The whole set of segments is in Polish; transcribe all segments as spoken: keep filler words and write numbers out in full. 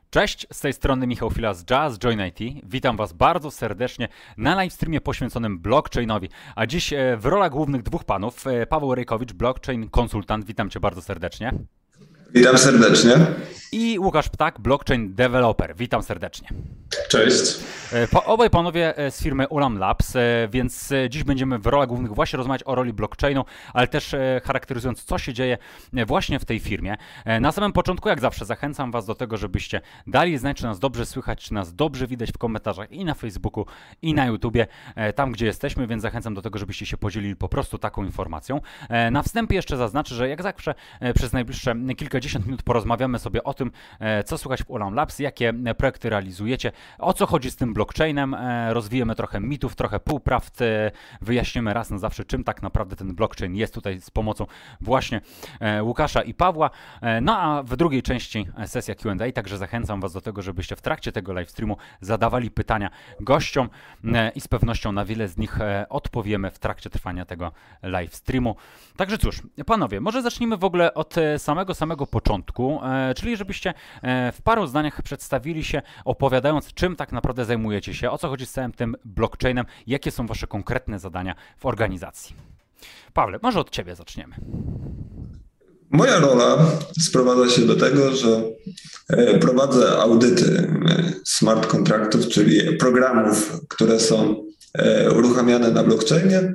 Cześć, z tej strony Michał Fila z Just Join I T. Witam Was bardzo serdecznie na livestreamie poświęconym blockchainowi. A dziś w rolach głównych dwóch panów. Paweł Rejkowicz, blockchain konsultant. Witam Cię bardzo serdecznie. Witam serdecznie. I Łukasz Ptak, blockchain developer. Witam serdecznie. Cześć. Po, obaj panowie z firmy Ulam Labs, więc dziś będziemy w rolach głównych właśnie rozmawiać o roli blockchainu, ale też charakteryzując, co się dzieje właśnie w tej firmie. Na samym początku, jak zawsze, zachęcam Was do tego, żebyście dali znać, czy nas dobrze słychać, czy nas dobrze widać w komentarzach i na Facebooku, i na YouTubie, tam gdzie jesteśmy, więc zachęcam do tego, żebyście się podzielili po prostu taką informacją. Na wstępie jeszcze zaznaczę, że jak zawsze przez najbliższe kilkadziesiąt minut porozmawiamy sobie o tym, co słychać w Ulam Labs, jakie projekty realizujecie, o co chodzi z tym blockchainem, rozwijemy trochę mitów, trochę półprawd, wyjaśnimy raz na zawsze, czym tak naprawdę ten blockchain jest, tutaj z pomocą właśnie Łukasza i Pawła. No a w drugiej części sesja Q and A, także zachęcam Was do tego, żebyście w trakcie tego livestreamu zadawali pytania gościom i z pewnością na wiele z nich odpowiemy w trakcie trwania tego livestreamu. Także cóż, panowie, może zacznijmy w ogóle od samego, samego początku, czyli żebyście w paru zdaniach przedstawili się, opowiadając, czym tak naprawdę zajmujecie się, o co chodzi z całym tym blockchainem, jakie są Wasze konkretne zadania w organizacji. Pawle, może od Ciebie zaczniemy. Moja rola sprowadza się do tego, że prowadzę audyty smart kontraktów, czyli programów, które są uruchamiane na blockchainie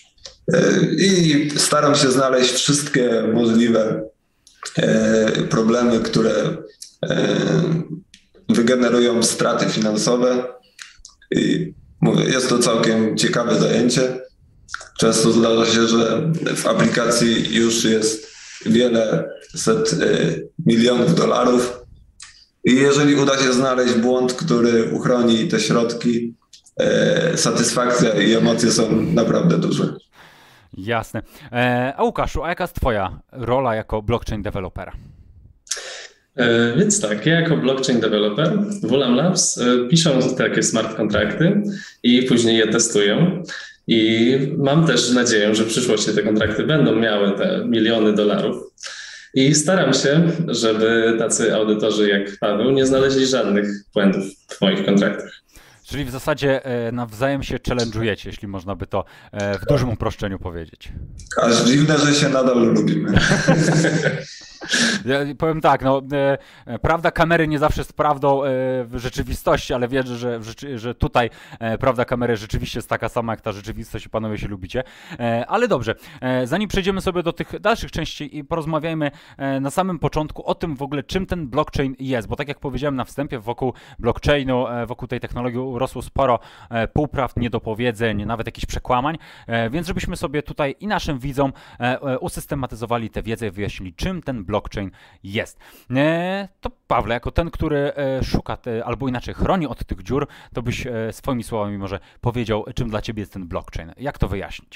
i staram się znaleźć wszystkie możliwe problemy, które wygenerują straty finansowe i mówię, jest to całkiem ciekawe zajęcie. Często zdarza się, że w aplikacji już jest wiele set milionów dolarów i jeżeli uda się znaleźć błąd, który uchroni te środki, satysfakcja i emocje są naprawdę duże. Jasne. A Łukaszu, a jaka jest Twoja rola jako blockchain dewelopera? E, więc tak, ja jako blockchain developer w Ulam Labs e, piszę takie smart kontrakty i później je testuję. I mam też nadzieję, że w przyszłości te kontrakty będą miały te miliony dolarów. I staram się, żeby tacy audytorzy jak Paweł nie znaleźli żadnych błędów w moich kontraktach. Czyli w zasadzie nawzajem się challenge'ujecie, jeśli można by to w dużym uproszczeniu powiedzieć. Aż dziwne, że się nadal lubimy. Ja powiem tak, no, e, prawda kamery nie zawsze jest prawdą e, w rzeczywistości, ale wierzę, że, że, że tutaj e, prawda kamery rzeczywiście jest taka sama jak ta rzeczywistość i panowie się lubicie. E, ale dobrze, e, zanim przejdziemy sobie do tych dalszych części i porozmawiajmy e, na samym początku o tym w ogóle, czym ten blockchain jest, bo tak jak powiedziałem na wstępie, wokół blockchainu, e, wokół tej technologii urosło sporo e, półprawd, niedopowiedzeń, nawet jakichś przekłamań, e, więc żebyśmy sobie tutaj i naszym widzom e, e, usystematyzowali tę wiedzę i wyjaśnili, czym ten blockchain jest. E, to Pawle, jako ten, który e, szuka, te, albo inaczej chroni od tych dziur, to byś e, swoimi słowami może powiedział, czym dla Ciebie jest ten blockchain. Jak to wyjaśnić?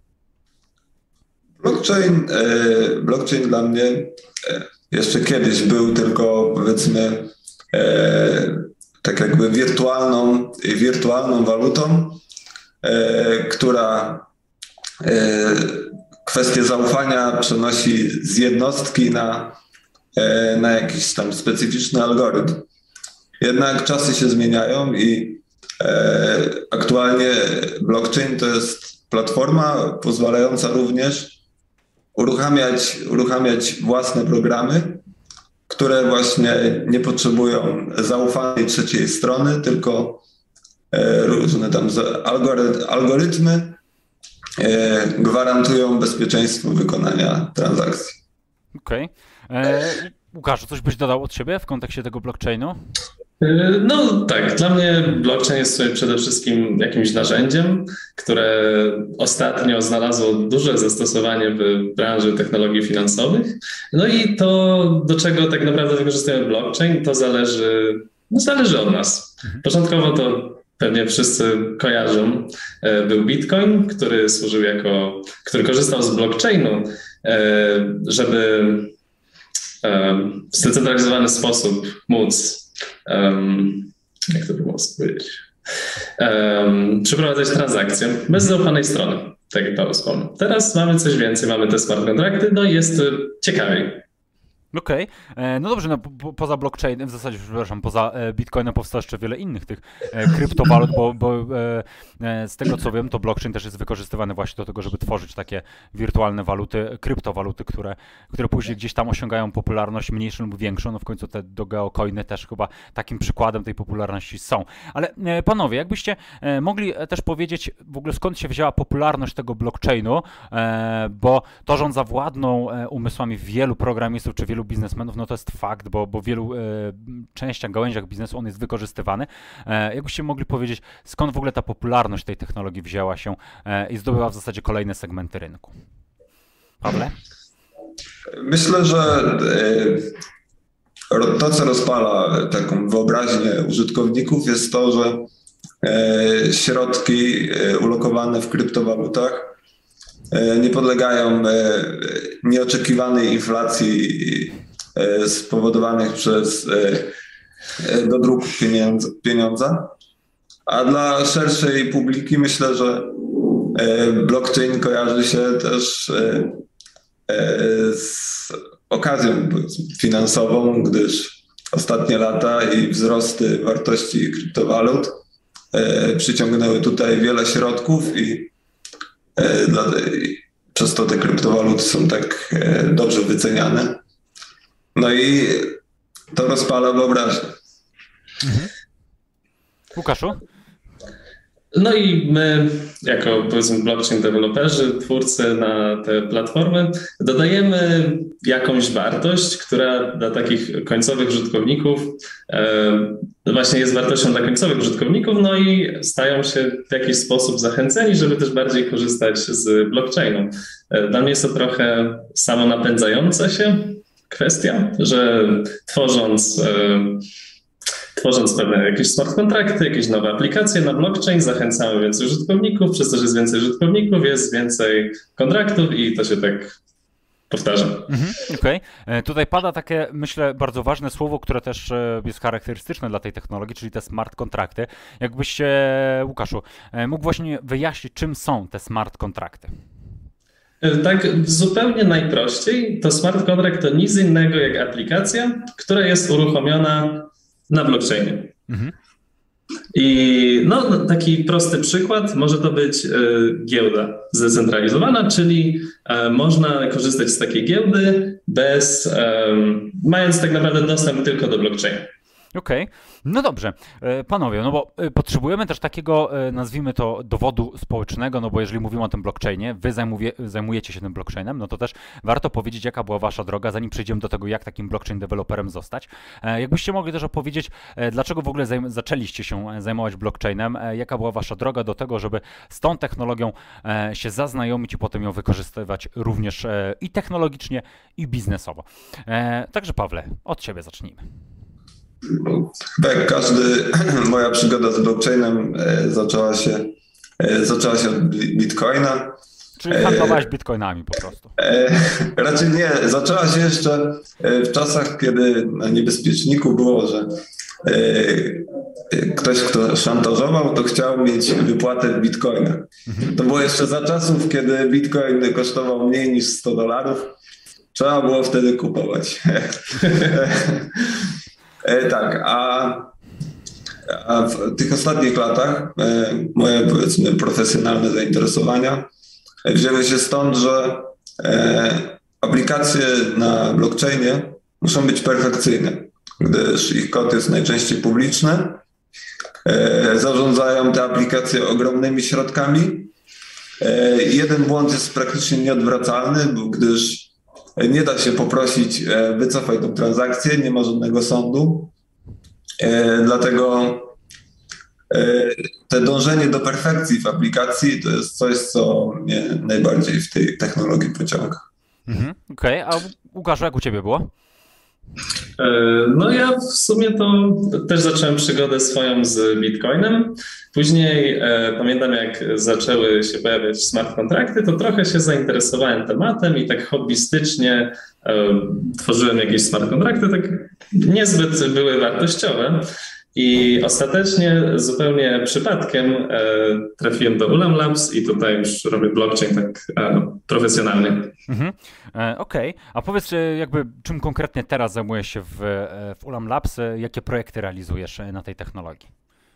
Blockchain, e, blockchain dla mnie e, jeszcze kiedyś był tylko, powiedzmy, e, tak jakby wirtualną, wirtualną walutą, e, która e, kwestię zaufania przenosi z jednostki na, na jakiś tam specyficzny algorytm. Jednak czasy się zmieniają i e, aktualnie blockchain to jest platforma pozwalająca również uruchamiać, uruchamiać własne programy, które właśnie nie potrzebują zaufanej trzeciej strony, tylko e, różne tam algorytmy, algorytmy gwarantują bezpieczeństwo wykonania transakcji. Okej. Okay. Łukaszu, coś byś dodał od siebie w kontekście tego blockchainu? No tak, dla mnie blockchain jest sobie przede wszystkim jakimś narzędziem, które ostatnio znalazło duże zastosowanie w branży technologii finansowych. No i to, do czego tak naprawdę wykorzystujemy blockchain, to zależy, no zależy od nas. Początkowo to pewnie wszyscy kojarzą, był Bitcoin, który służył jako, który korzystał z blockchainu, żeby w zdecentralizowany sposób móc, jak to by było powiedzieć, przeprowadzać transakcje bez zaufanej strony, tak jak Paweł wspomniał. Teraz mamy coś więcej, mamy te smart kontrakty, no i jest ciekawiej. Okej, okay. No dobrze, no, po, poza blockchainem, w zasadzie, przepraszam, poza Bitcoinem powstało jeszcze wiele innych tych kryptowalut, bo, bo z tego co wiem, to blockchain też jest wykorzystywany właśnie do tego, żeby tworzyć takie wirtualne waluty, kryptowaluty, które, które później gdzieś tam osiągają popularność mniejszą lub większą, no w końcu te dogecoiny też chyba takim przykładem tej popularności są. Ale panowie, jakbyście mogli też powiedzieć w ogóle skąd się wzięła popularność tego blockchainu, bo to, że on zawładnął umysłami wielu programistów czy wielu biznesmenów, no to jest fakt, bo, bo w wielu e, częściach, gałęziach biznesu on jest wykorzystywany. E, jakbyście mogli powiedzieć, skąd w ogóle ta popularność tej technologii wzięła się e, i zdobyła w zasadzie kolejne segmenty rynku? Pawle? Myślę, że e, to, co rozpala taką wyobraźnię użytkowników, jest to, że e, środki e, ulokowane w kryptowalutach nie podlegają nieoczekiwanej inflacji spowodowanych przez dodruk pieniądza, a dla szerszej publiki myślę, że blockchain kojarzy się też z okazją finansową, gdyż ostatnie lata i wzrosty wartości kryptowalut przyciągnęły tutaj wiele środków i Dla, przez to te kryptowaluty są tak dobrze wyceniane. No i to rozpala wyobraźnię. Mhm. Łukaszu? No i my, jako powiedzmy blockchain deweloperzy, twórcy na te platformy, dodajemy jakąś wartość, która dla takich końcowych użytkowników e, właśnie jest wartością dla końcowych użytkowników, no i stają się w jakiś sposób zachęceni, żeby też bardziej korzystać z blockchainu. E, dla mnie jest to trochę samonapędzająca się kwestia, że tworząc e, Tworząc pewne jakieś smart kontrakty, jakieś nowe aplikacje na blockchain, zachęcamy więcej użytkowników, przez to, że jest więcej użytkowników, jest więcej kontraktów i to się tak powtarza. Mhm, okej. Okay. Tutaj pada takie, myślę, bardzo ważne słowo, które też jest charakterystyczne dla tej technologii, czyli te smart kontrakty. Jakbyście, Łukaszu, mógł właśnie wyjaśnić, czym są te smart kontrakty? Tak, zupełnie najprościej, to smart kontrakt to nic innego jak aplikacja, która jest uruchomiona na blockchainie. Mhm. I no, taki prosty przykład, może to być y, giełda zdecentralizowana, czyli y, można korzystać z takiej giełdy bez, y, mając tak naprawdę dostęp tylko do blockchaina. Okej, okay. No dobrze, panowie, no bo potrzebujemy też takiego, nazwijmy to, dowodu społecznego, no bo jeżeli mówimy o tym blockchainie, wy zajmuje, zajmujecie się tym blockchainem, no to też warto powiedzieć, jaka była wasza droga, zanim przejdziemy do tego, jak takim blockchain deweloperem zostać. Jakbyście mogli też opowiedzieć, dlaczego w ogóle zajm- zaczęliście się zajmować blockchainem, jaka była wasza droga do tego, żeby z tą technologią się zaznajomić i potem ją wykorzystywać również i technologicznie, i biznesowo. Także Pawle, od ciebie zacznijmy. Chyba jak każdy, moja przygoda z blockchainem e, zaczęła się, e, zaczęła się od Bitcoina. Czyli handlowałeś bitcoinami po prostu? E, raczej nie. Zaczęła się jeszcze w czasach, kiedy na niebezpieczniku było, że e, ktoś, kto szantażował, to chciał mieć wypłatę w bitcoinach. Mhm. To było jeszcze za czasów, kiedy bitcoin kosztował mniej niż sto dolarów. Trzeba było wtedy kupować. E, tak, a, a w tych ostatnich latach e, moje, powiedzmy, profesjonalne zainteresowania wzięły się stąd, że e, aplikacje na blockchainie muszą być perfekcyjne, gdyż ich kod jest najczęściej publiczny. E, zarządzają te aplikacje ogromnymi środkami. E, jeden błąd jest praktycznie nieodwracalny, gdyż nie da się poprosić, wycofaj tą transakcję, nie ma żadnego sądu. Dlatego te dążenie do perfekcji w aplikacji to jest coś, co mnie najbardziej w tej technologii pociąga. Mhm, okej, okay. A Łukaszu, jak u ciebie było? No ja w sumie to też zacząłem przygodę swoją z Bitcoinem. Później e, pamiętam, jak zaczęły się pojawiać smart kontrakty, to trochę się zainteresowałem tematem i tak hobbystycznie e, tworzyłem jakieś smart kontrakty, tak niezbyt były wartościowe. I ostatecznie zupełnie przypadkiem e, trafiłem do Ulam Labs i tutaj już robię blockchain tak e, profesjonalnie. Mhm. E, Okej, okay. A powiedz jakby czym konkretnie teraz zajmujesz się w, w Ulam Labs, jakie projekty realizujesz na tej technologii?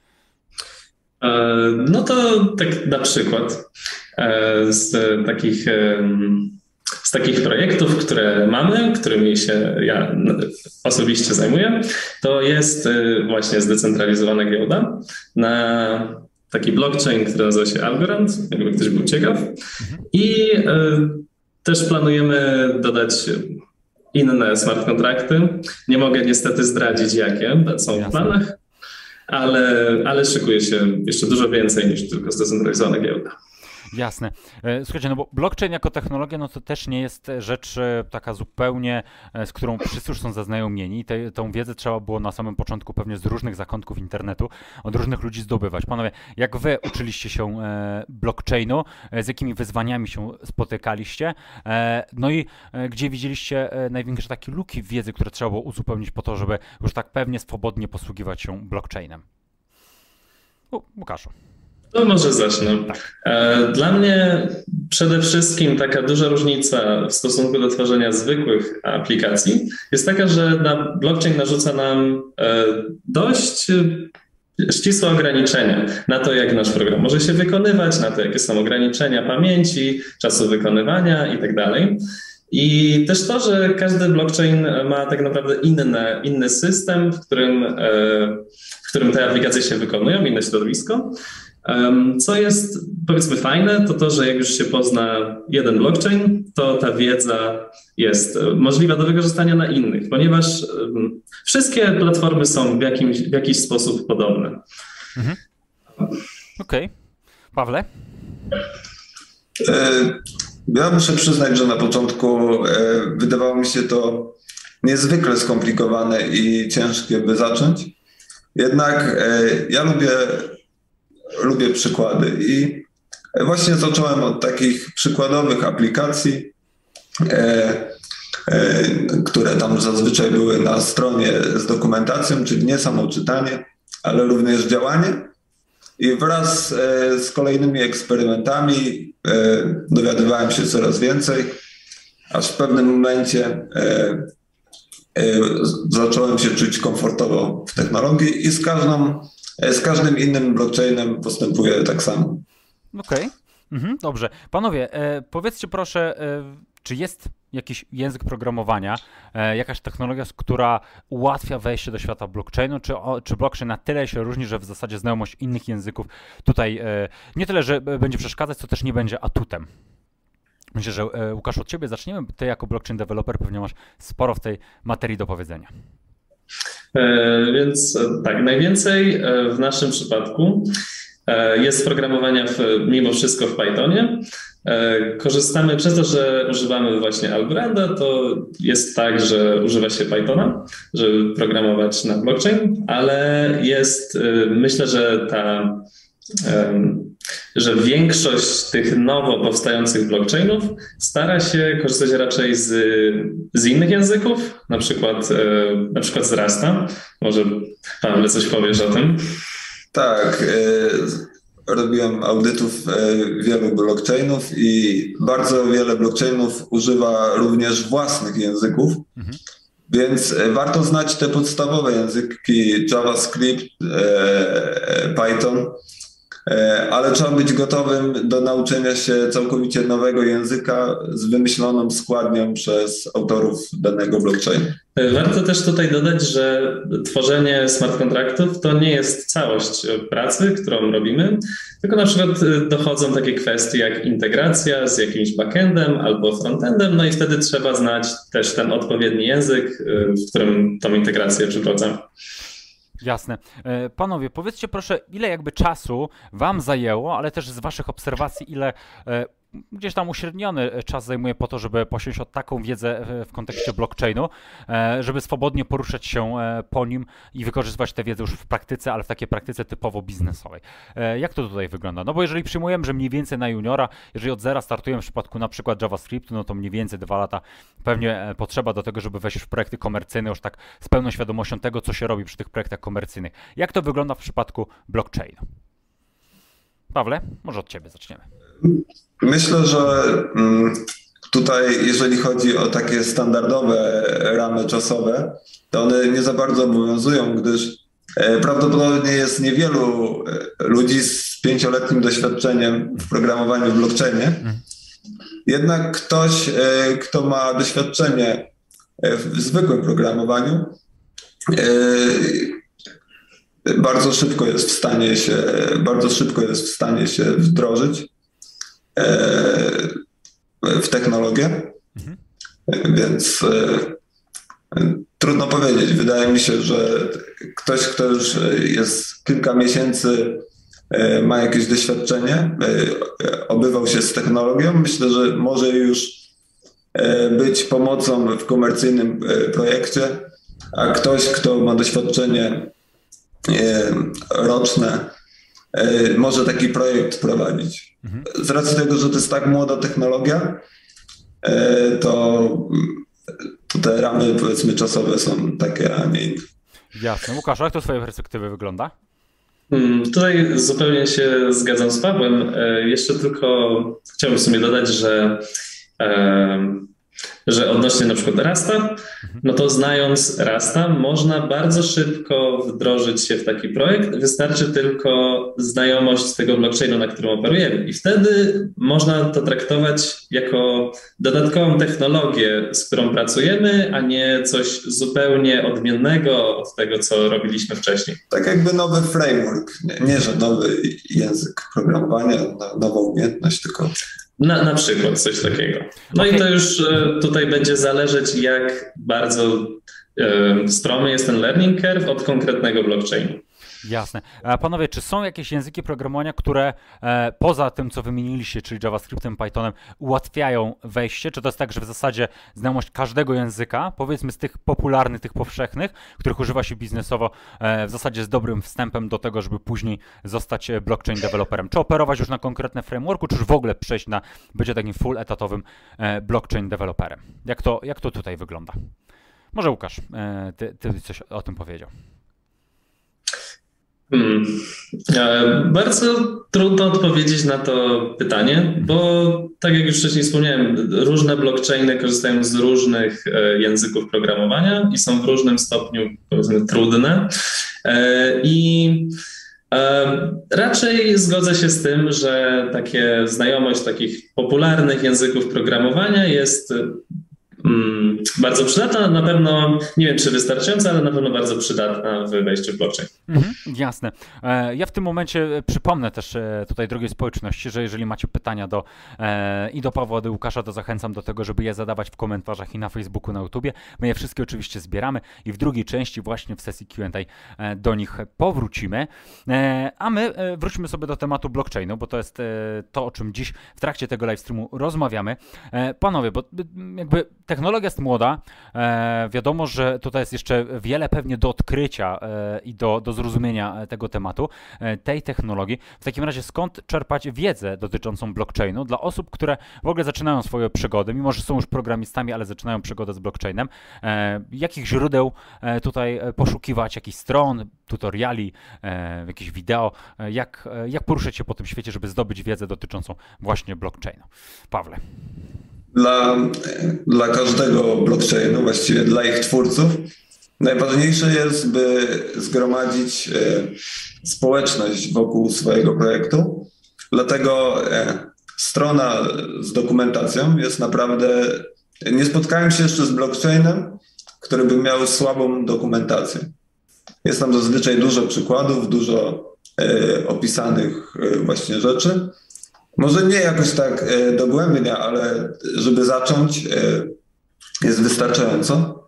E, no to tak na przykład e, z takich e, Z takich projektów, które mamy, którymi się ja osobiście zajmuję, to jest właśnie zdecentralizowana giełda na taki blockchain, który nazywa się Algorand, jakby ktoś był ciekaw. I też planujemy dodać inne smart kontrakty. Nie mogę niestety zdradzić, jakie są w planach, ale, ale szykuje się jeszcze dużo więcej niż tylko zdecentralizowana giełda. Jasne. Słuchajcie, no bo blockchain jako technologia, no to też nie jest rzecz taka zupełnie, z którą wszyscy już są zaznajomieni. Te, tą wiedzę trzeba było na samym początku pewnie z różnych zakątków internetu, od różnych ludzi zdobywać. Panowie, jak wy uczyliście się blockchainu, z jakimi wyzwaniami się spotykaliście, no i gdzie widzieliście największe takie luki w wiedzy, które trzeba było uzupełnić po to, żeby już tak pewnie, swobodnie posługiwać się blockchainem? U, Łukaszu. To może zacznę. Dla mnie przede wszystkim taka duża różnica w stosunku do tworzenia zwykłych aplikacji jest taka, że na blockchain narzuca nam dość ścisłe ograniczenia na to, jak nasz program może się wykonywać, na to, jakie są ograniczenia pamięci, czasu wykonywania i tak dalej. I też to, że każdy blockchain ma tak naprawdę inne, inny system, w którym, w którym te aplikacje się wykonują, inne środowisko. Co jest, powiedzmy, fajne, to to, że jak już się pozna jeden blockchain, to ta wiedza jest możliwa do wykorzystania na innych, ponieważ wszystkie platformy są w, jakimś, w jakiś sposób podobne. Mhm. Okej. Okay. Pawle? Ja muszę przyznać, że na początku wydawało mi się to niezwykle skomplikowane i ciężkie, by zacząć. Jednak ja lubię Lubię przykłady i właśnie zacząłem od takich przykładowych aplikacji, e, e, które tam zazwyczaj były na stronie z dokumentacją, czyli nie samo czytanie, ale również działanie. I wraz e, z kolejnymi eksperymentami e, dowiadywałem się coraz więcej, aż w pewnym momencie e, e, zacząłem się czuć komfortowo w technologii i z każdą Z każdym innym blockchainem postępuje tak samo. Okej, okay. mhm, dobrze. Panowie, e, powiedzcie proszę, e, czy jest jakiś język programowania, e, jakaś technologia, która ułatwia wejście do świata blockchainu, czy, o, czy blockchain na tyle się różni, że w zasadzie znajomość innych języków tutaj e, nie tyle, że będzie przeszkadzać, co też nie będzie atutem? Myślę, że e, Łukasz, od ciebie zaczniemy. Ty jako blockchain developer pewnie masz sporo w tej materii do powiedzenia. Więc tak, najwięcej w naszym przypadku jest programowania w, mimo wszystko w Pythonie. Korzystamy przez to, że używamy właśnie Algoranda, to jest tak, że używa się Pythona, żeby programować na blockchain, ale jest, myślę, że ta że większość tych nowo powstających blockchainów stara się korzystać raczej z, z innych języków, na przykład, na przykład z Rasta. Może Paweł coś powiesz o tym? Tak, robiłem audytów wielu blockchainów i bardzo wiele blockchainów używa również własnych języków. Mhm. Więc warto znać te podstawowe języki JavaScript, Python, ale trzeba być gotowym do nauczenia się całkowicie nowego języka z wymyśloną składnią przez autorów danego blockchainu. Warto też tutaj dodać, że tworzenie smart kontraktów to nie jest całość pracy, którą robimy, tylko na przykład dochodzą takie kwestie jak integracja z jakimś backendem albo frontendem, no i wtedy trzeba znać też ten odpowiedni język, w którym tą integrację przeprowadzamy. Jasne. Panowie, powiedzcie proszę, ile jakby czasu wam zajęło, ale też z waszych obserwacji, ile gdzieś tam uśredniony czas zajmuje po to, żeby posiąść taką wiedzę w kontekście blockchainu, żeby swobodnie poruszać się po nim i wykorzystywać tę wiedzę już w praktyce, ale w takiej praktyce typowo biznesowej. Jak to tutaj wygląda? No bo jeżeli przyjmujemy, że mniej więcej na juniora, jeżeli od zera startujemy w przypadku na przykład JavaScriptu, no to mniej więcej dwa lata pewnie potrzeba do tego, żeby wejść w projekty komercyjne już tak z pełną świadomością tego, co się robi przy tych projektach komercyjnych. Jak to wygląda w przypadku blockchainu? Pawle, może od ciebie zaczniemy. Myślę, że tutaj, jeżeli chodzi o takie standardowe ramy czasowe, to one nie za bardzo obowiązują, gdyż prawdopodobnie jest niewielu ludzi z pięcioletnim doświadczeniem w programowaniu w blockchainie. Jednak ktoś, kto ma doświadczenie w zwykłym programowaniu, bardzo szybko jest w stanie się, bardzo szybko jest w stanie się wdrożyć w technologię, mhm. Więc trudno powiedzieć. Wydaje mi się, że ktoś, kto już jest kilka miesięcy, ma jakieś doświadczenie, obywał się z technologią, myślę, że może już być pomocą w komercyjnym projekcie, a ktoś, kto ma doświadczenie roczne, może taki projekt prowadzić. Mhm. Z racji tego, że to jest tak młoda technologia, to, to te ramy, powiedzmy, czasowe są takie, a nie inne. Jasne. Łukasz, jak to z twojej perspektywy wygląda? Hmm, tutaj zupełnie się zgadzam z Pawłem. Jeszcze tylko chciałbym w sumie dodać, że że odnośnie na przykład Rasta, no to znając Rasta można bardzo szybko wdrożyć się w taki projekt. Wystarczy tylko znajomość tego blockchainu, na którym operujemy. I wtedy można to traktować jako dodatkową technologię, z którą pracujemy, a nie coś zupełnie odmiennego od tego, co robiliśmy wcześniej. Tak jakby nowy framework, nie, nie że nowy język programowania, nowa umiejętność, tylko... Na, na przykład coś takiego. No okay. I to już tutaj będzie zależeć, jak bardzo e, stromy jest ten learning curve od konkretnego blockchainu. Jasne. A panowie, czy są jakieś języki programowania, które e, poza tym, co wymieniliście, czyli JavaScriptem, Pythonem, ułatwiają wejście? Czy to jest tak, że w zasadzie znajomość każdego języka, powiedzmy z tych popularnych, tych powszechnych, których używa się biznesowo, e, w zasadzie jest dobrym wstępem do tego, żeby później zostać blockchain developerem? Czy operować już na konkretne frameworku, czy już w ogóle przejść na bycie takim full etatowym e, blockchain developerem? Jak to, jak to tutaj wygląda? Może Łukasz, e, ty, ty coś o tym powiedział. Hmm. Bardzo trudno odpowiedzieć na to pytanie, bo tak jak już wcześniej wspomniałem, różne blockchainy korzystają z różnych języków programowania i są w różnym stopniu, powiedzmy, trudne. I raczej zgodzę się z tym, że takie znajomość takich popularnych języków programowania jest Mm, bardzo przydatna, na pewno, nie wiem czy wystarczająca, ale na pewno bardzo przydatna w wejściu w blockchain. Mhm, jasne. E, ja w tym momencie przypomnę też e, tutaj drogiej społeczności, że jeżeli macie pytania do, e, i do Pawła, do Łukasza, to zachęcam do tego, żeby je zadawać w komentarzach i na Facebooku, na YouTubie. My je wszystkie oczywiście zbieramy i w drugiej części właśnie w sesji Q and A e, do nich powrócimy. E, a my e, wróćmy sobie do tematu blockchainu, bo to jest e, to, o czym dziś w trakcie tego livestreamu rozmawiamy. E, panowie, bo jakby technologia jest młoda, e, wiadomo, że tutaj jest jeszcze wiele pewnie do odkrycia e, i do, do zrozumienia tego tematu, e, tej technologii. W takim razie skąd czerpać wiedzę dotyczącą blockchainu dla osób, które w ogóle zaczynają swoje przygody, mimo że są już programistami, ale zaczynają przygodę z blockchainem. E, jakich źródeł e, tutaj poszukiwać, jakich stron, tutoriali, e, jakichś wideo, e, jak, e, jak poruszać się po tym świecie, żeby zdobyć wiedzę dotyczącą właśnie blockchainu. Pawle. Dla, dla każdego blockchainu, właściwie dla ich twórców, najważniejsze jest, by zgromadzić społeczność wokół swojego projektu. Dlatego strona z dokumentacją jest naprawdę... Nie spotkałem się jeszcze z blockchainem, który by miał słabą dokumentację. Jest tam zazwyczaj dużo przykładów, dużo opisanych właśnie rzeczy. Może nie jakoś tak dogłębnie, ale żeby zacząć, jest wystarczająco.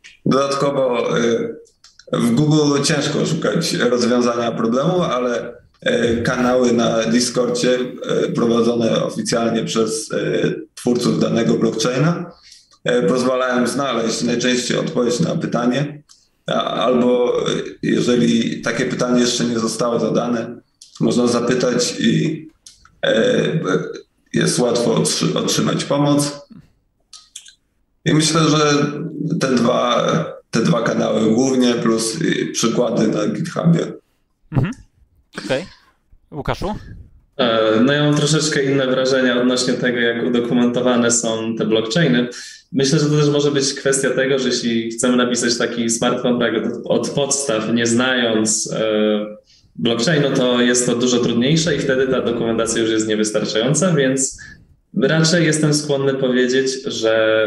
Dodatkowo w Google ciężko szukać rozwiązania problemu, ale kanały na Discordzie prowadzone oficjalnie przez twórców danego blockchaina pozwalają znaleźć najczęściej odpowiedź na pytanie, albo jeżeli takie pytanie jeszcze nie zostało zadane, można zapytać i jest łatwo otrzymać pomoc. I myślę, że te dwa, te dwa kanały głównie, plus przykłady na GitHubie. Mhm. Okej. Okay. Łukaszu? No ja mam troszeczkę inne wrażenia odnośnie tego, jak udokumentowane są te blockchainy. Myślę, że to też może być kwestia tego, że jeśli chcemy napisać taki smart contract od podstaw, nie znając blockchainu, to jest to dużo trudniejsze i wtedy ta dokumentacja już jest niewystarczająca, więc raczej jestem skłonny powiedzieć, że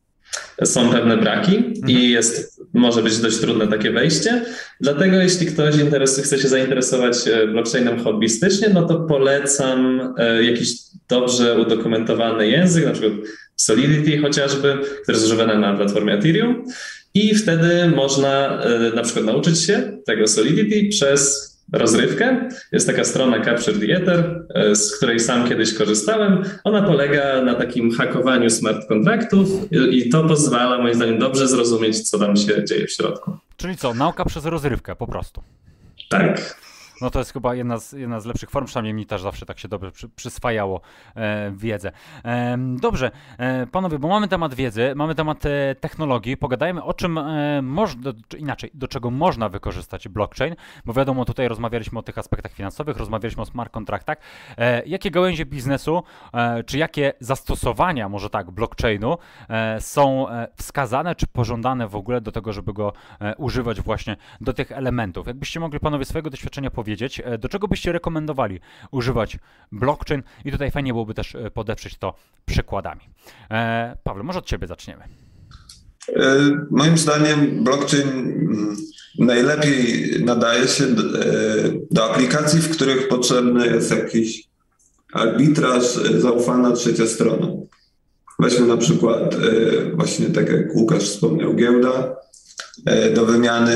są pewne braki mhm. i jest, może być dość trudne takie wejście. Dlatego jeśli ktoś interesuje, chce się zainteresować blockchainem hobbystycznie, no to polecam jakiś dobrze udokumentowany język, na przykład Solidity chociażby, który jest używany na platformie Ethereum i wtedy można na przykład nauczyć się tego Solidity przez rozrywkę. Jest taka strona Capture the Ether, z której sam kiedyś korzystałem. Ona polega na takim hakowaniu smart kontraktów i to pozwala moim zdaniem dobrze zrozumieć, co tam się dzieje w środku. Czyli co, nauka przez rozrywkę po prostu. Tak. No to jest chyba jedna z, jedna z lepszych form, przynajmniej mi też zawsze tak się dobrze przy, przyswajało e, wiedzę. E, dobrze, e, panowie, bo mamy temat wiedzy, mamy temat e, technologii, pogadajmy o czym e, można, czy inaczej, do czego można wykorzystać blockchain, bo wiadomo, tutaj rozmawialiśmy o tych aspektach finansowych, rozmawialiśmy o smart kontraktach. E, jakie gałęzie biznesu, e, czy jakie zastosowania, może tak, blockchainu e, są e, wskazane, czy pożądane w ogóle do tego, żeby go e, używać właśnie do tych elementów? Jakbyście mogli panowie swojego doświadczenia powiedzieć, do czego byście rekomendowali używać blockchain i tutaj fajnie byłoby też podeprzeć to przykładami. E, Paweł, może od ciebie zaczniemy. E, moim zdaniem blockchain najlepiej nadaje się do, do aplikacji, w których potrzebny jest jakiś arbitraż, zaufana trzecia strona. Weźmy na przykład właśnie tak jak Łukasz wspomniał, giełda do wymiany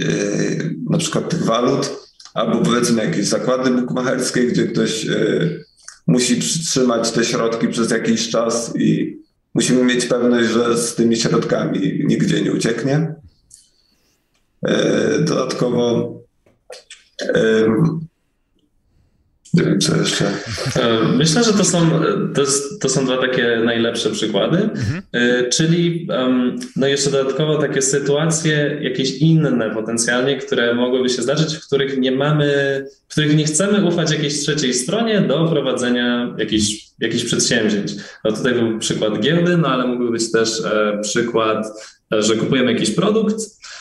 na przykład tych walut, albo powiedzmy jakieś zakłady bukmacherskie, gdzie ktoś y, musi przytrzymać te środki przez jakiś czas i musimy mieć pewność, że z tymi środkami nigdzie nie ucieknie. Y, dodatkowo y, nie wiem, co jeszcze. Myślę, że to są, to, jest, to są dwa takie najlepsze przykłady, mhm. czyli no jeszcze dodatkowo takie sytuacje jakieś inne potencjalnie, które mogłyby się zdarzyć, w których nie mamy, w których nie chcemy ufać jakiejś trzeciej stronie do prowadzenia jakichś, jakichś przedsięwzięć. No tutaj był przykład giełdy, no ale mógłby być też przykład, że kupujemy jakiś produkt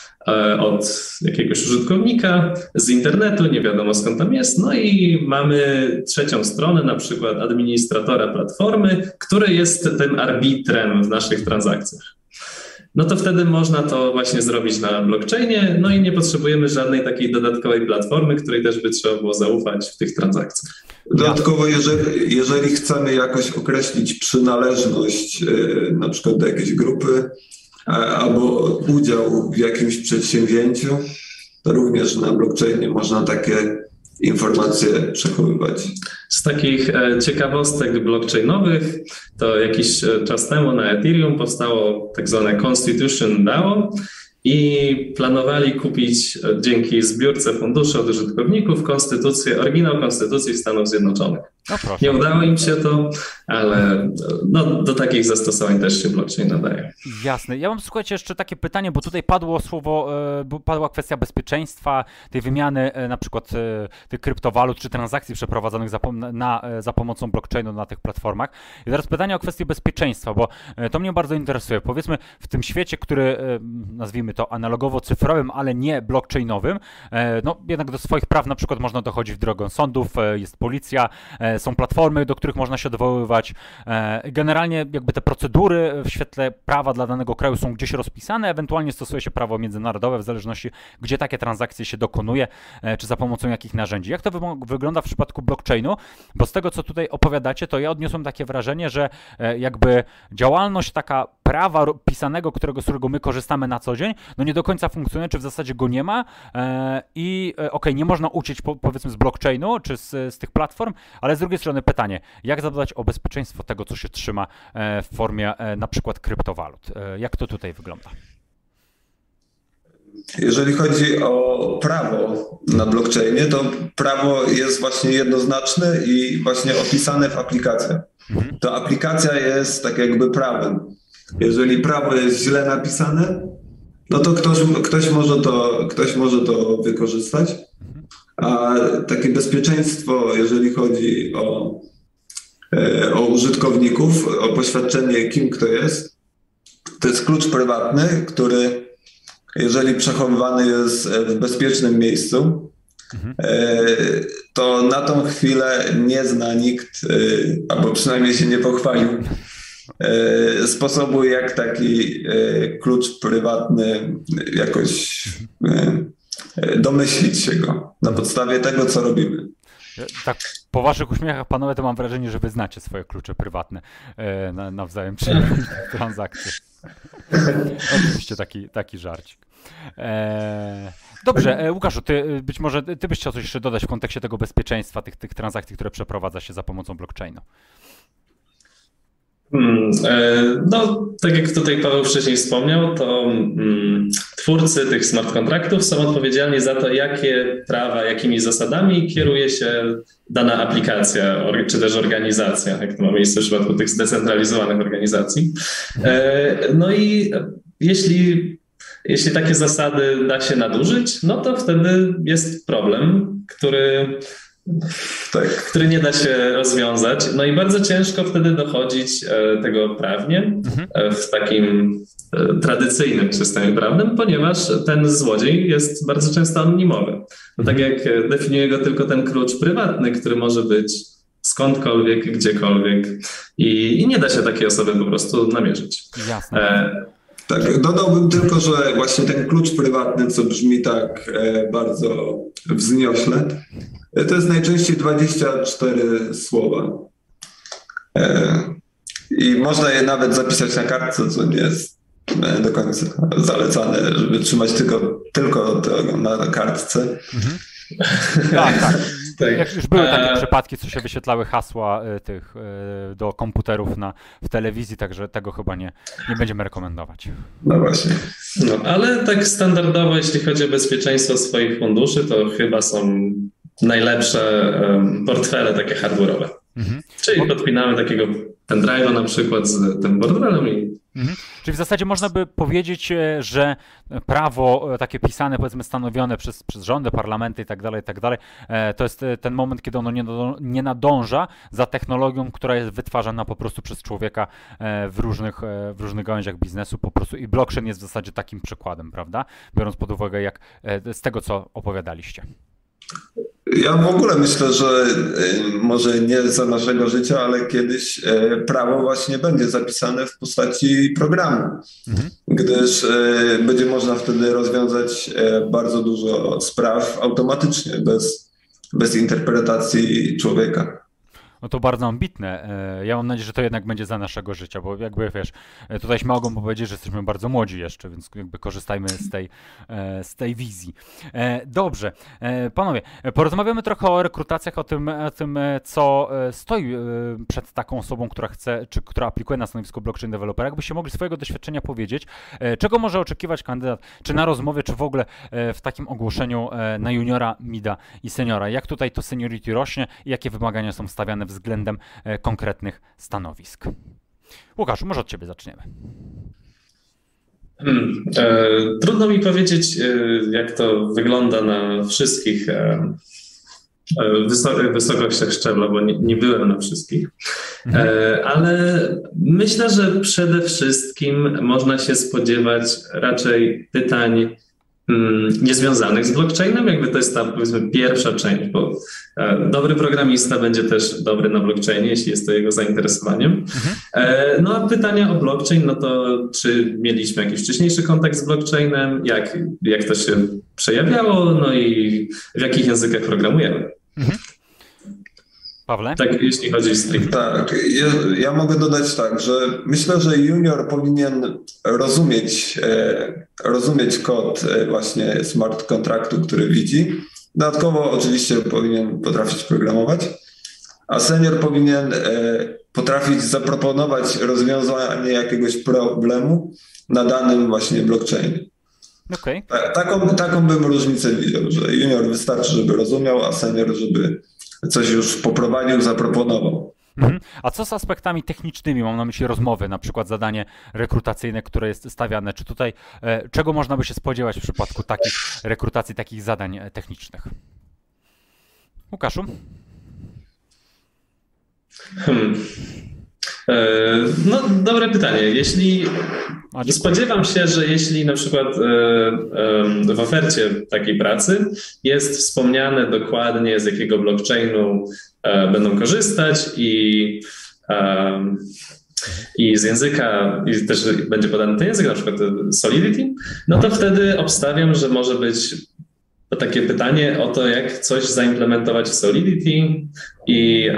od jakiegoś użytkownika z internetu, nie wiadomo skąd tam jest, no i mamy trzecią stronę, na przykład administratora platformy, który jest tym arbitrem w naszych transakcjach. No to wtedy można to właśnie zrobić na blockchainie, no i nie potrzebujemy żadnej takiej dodatkowej platformy, której też by trzeba było zaufać w tych transakcjach. Dodatkowo, jeżeli, jeżeli chcemy jakoś określić przynależność na przykład do jakiejś grupy, albo udział w jakimś przedsięwzięciu, to również na blockchainie można takie informacje przechowywać. Z takich ciekawostek blockchainowych, to jakiś czas temu na Ethereum powstało tak zwane Constitution DAO i planowali kupić dzięki zbiórce funduszy od użytkowników konstytucję, oryginał Konstytucji Stanów Zjednoczonych. No nie udało im się to, ale no, do takich zastosowań też się blockchain nadaje. Jasne. Ja mam, słuchajcie, jeszcze takie pytanie, bo tutaj padło słowo, padła kwestia bezpieczeństwa, tej wymiany na przykład tych kryptowalut czy transakcji przeprowadzonych za, na, za pomocą blockchainu na tych platformach. I teraz pytanie o kwestię bezpieczeństwa, bo to mnie bardzo interesuje. Powiedzmy, w tym świecie, który nazwijmy to analogowo-cyfrowym, ale nie blockchainowym, no jednak do swoich praw na przykład można dochodzić drogą sądów, jest policja, są platformy, do których można się odwoływać. Generalnie jakby te procedury w świetle prawa dla danego kraju są gdzieś rozpisane, ewentualnie stosuje się prawo międzynarodowe w zależności, gdzie takie transakcje się dokonuje, czy za pomocą jakich narzędzi. Jak to wy wygląda w przypadku blockchainu? Bo z tego, co tutaj opowiadacie, to ja odniosłem takie wrażenie, że jakby działalność taka prawa pisanego, którego, z którego my korzystamy na co dzień, no nie do końca funkcjonuje, czy w zasadzie go nie ma i okej, okay, nie można uciec po, powiedzmy z blockchainu, czy z, z tych platform, ale z drugiej strony pytanie, jak zadbać o bezpieczeństwo tego, co się trzyma w formie na przykład kryptowalut? Jak to tutaj wygląda? Jeżeli chodzi o prawo na blockchainie, to prawo jest właśnie jednoznaczne i właśnie opisane w aplikacjach. Mhm. To aplikacja jest tak jakby prawem. Jeżeli prawo jest źle napisane, no to ktoś, ktoś, może, to, ktoś może to wykorzystać. A takie bezpieczeństwo, jeżeli chodzi o, o użytkowników, o poświadczenie, kim kto jest, to jest klucz prywatny, który jeżeli przechowywany jest w bezpiecznym miejscu, mhm. to na tą chwilę nie zna nikt, albo przynajmniej się nie pochwalił, sposobu, jak taki klucz prywatny jakoś domyślić się go na podstawie tego, co robimy. Tak, po waszych uśmiechach, panowie, to mam wrażenie, że wy znacie swoje klucze prywatne na, nawzajem przy transakcji. Oczywiście taki, taki żarcik. Eee, dobrze, Łukaszu, ty być może ty byś chciał coś jeszcze dodać w kontekście tego bezpieczeństwa tych, tych transakcji, które przeprowadza się za pomocą blockchainu. Hmm, no, tak jak tutaj Paweł wcześniej wspomniał, to hmm, twórcy tych smart kontraktów są odpowiedzialni za to, jakie prawa, jakimi zasadami kieruje się dana aplikacja, czy też organizacja, jak to ma miejsce w przypadku tych zdecentralizowanych organizacji. No i jeśli Jeśli takie zasady da się nadużyć, no to wtedy jest problem, który, tak. który nie da się rozwiązać. No i bardzo ciężko wtedy dochodzić tego prawnie mhm. w takim tradycyjnym systemie prawnym, ponieważ ten złodziej jest bardzo często anonimowy. No tak jak definiuje go tylko ten klucz prywatny, który może być skądkolwiek, gdziekolwiek i, i nie da się takiej osoby po prostu namierzyć. Jasne. E, Tak, dodałbym tylko, że właśnie ten klucz prywatny, co brzmi tak e, bardzo wzniośle, e, to jest najczęściej dwadzieścia cztery słowa. E, I można je nawet zapisać na kartce, co nie jest e, do końca zalecane, żeby trzymać tylko, tylko to na kartce. Mhm. Tak, tak. Tak. Jak już były takie e... przypadki, co się wyświetlały hasła y, tych y, do komputerów na, w telewizji, także tego chyba nie, nie będziemy rekomendować. No właśnie. No, ale tak standardowo, jeśli chodzi o bezpieczeństwo swoich funduszy, to chyba są najlepsze um, portfele takie hardware'owe. Mhm. Czyli podpinamy takiego pendrive'a na przykład z tym portfelem i Mhm. Czyli w zasadzie można by powiedzieć, że prawo takie pisane, powiedzmy stanowione przez, przez rządy, parlamenty i tak dalej, i tak dalej, to jest ten moment, kiedy ono nie, nie nadąża za technologią, która jest wytwarzana po prostu przez człowieka w różnych, w różnych gałęziach biznesu po prostu i blockchain jest w zasadzie takim przykładem, prawda? Biorąc pod uwagę jak z tego, co opowiadaliście. Ja w ogóle myślę, że może nie za naszego życia, ale kiedyś prawo właśnie będzie zapisane w postaci programu, mhm. gdyż będzie można wtedy rozwiązać bardzo dużo spraw automatycznie, bez, bez interpretacji człowieka. No to bardzo ambitne. Ja mam nadzieję, że to jednak będzie za naszego życia, bo jakby wiesz, tutaj mogą powiedzieć, że jesteśmy bardzo młodzi jeszcze, więc jakby korzystajmy z tej, z tej wizji. Dobrze, panowie, porozmawiamy trochę o rekrutacjach, o tym, o tym, co stoi przed taką osobą, która chce, czy która aplikuje na stanowisko blockchain developera. Jakbyście mogli swojego doświadczenia powiedzieć, czego może oczekiwać kandydat, czy na rozmowie, czy w ogóle w takim ogłoszeniu na juniora, mida i seniora. Jak tutaj to seniority rośnie i jakie wymagania są stawiane względem e, konkretnych stanowisk. Łukaszu, może od ciebie zaczniemy. Hmm, e, trudno mi powiedzieć, e, jak to wygląda na wszystkich e, wysok- wysokościach szczebla, bo nie, nie byłem na wszystkich, mhm. e, ale myślę, że przede wszystkim można się spodziewać raczej pytań niezwiązanych z blockchainem, jakby to jest ta, powiedzmy, pierwsza część, bo dobry programista będzie też dobry na blockchainie, jeśli jest to jego zainteresowaniem. Mhm. No a pytania o blockchain, no to czy mieliśmy jakiś wcześniejszy kontakt z blockchainem, jak, jak to się przejawiało, no i w jakich językach programujemy. Mhm. Pawle? Tak, jeśli chodzi o stricte. Tak, ja, ja mogę dodać tak, że myślę, że junior powinien rozumieć, e, rozumieć kod e, właśnie smart kontraktu, który widzi. Dodatkowo oczywiście powinien potrafić programować, a senior powinien e, potrafić zaproponować rozwiązanie jakiegoś problemu na danym właśnie blockchainie. Okay. Ta, taką, taką bym różnicę widział, że junior wystarczy, żeby rozumiał, a senior, żeby coś już poprowadził, zaproponował. Mhm. A co z aspektami technicznymi? Mam na myśli rozmowy, na przykład zadanie rekrutacyjne, które jest stawiane. Czy tutaj, e, czego można by się spodziewać w przypadku takich rekrutacji, takich zadań technicznych? Łukaszu? Hmm. No, dobre pytanie. Jeśli spodziewam się, że jeśli na przykład w ofercie takiej pracy jest wspomniane dokładnie, z jakiego blockchainu będą korzystać i, i z języka, i też będzie podany ten język, na przykład Solidity, no to wtedy obstawiam, że może być takie pytanie o to, jak coś zaimplementować w Solidity i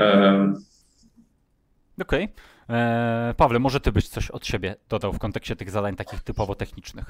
Okej. Okay. Pawle, może ty byś coś od siebie dodał w kontekście tych zadań takich typowo technicznych?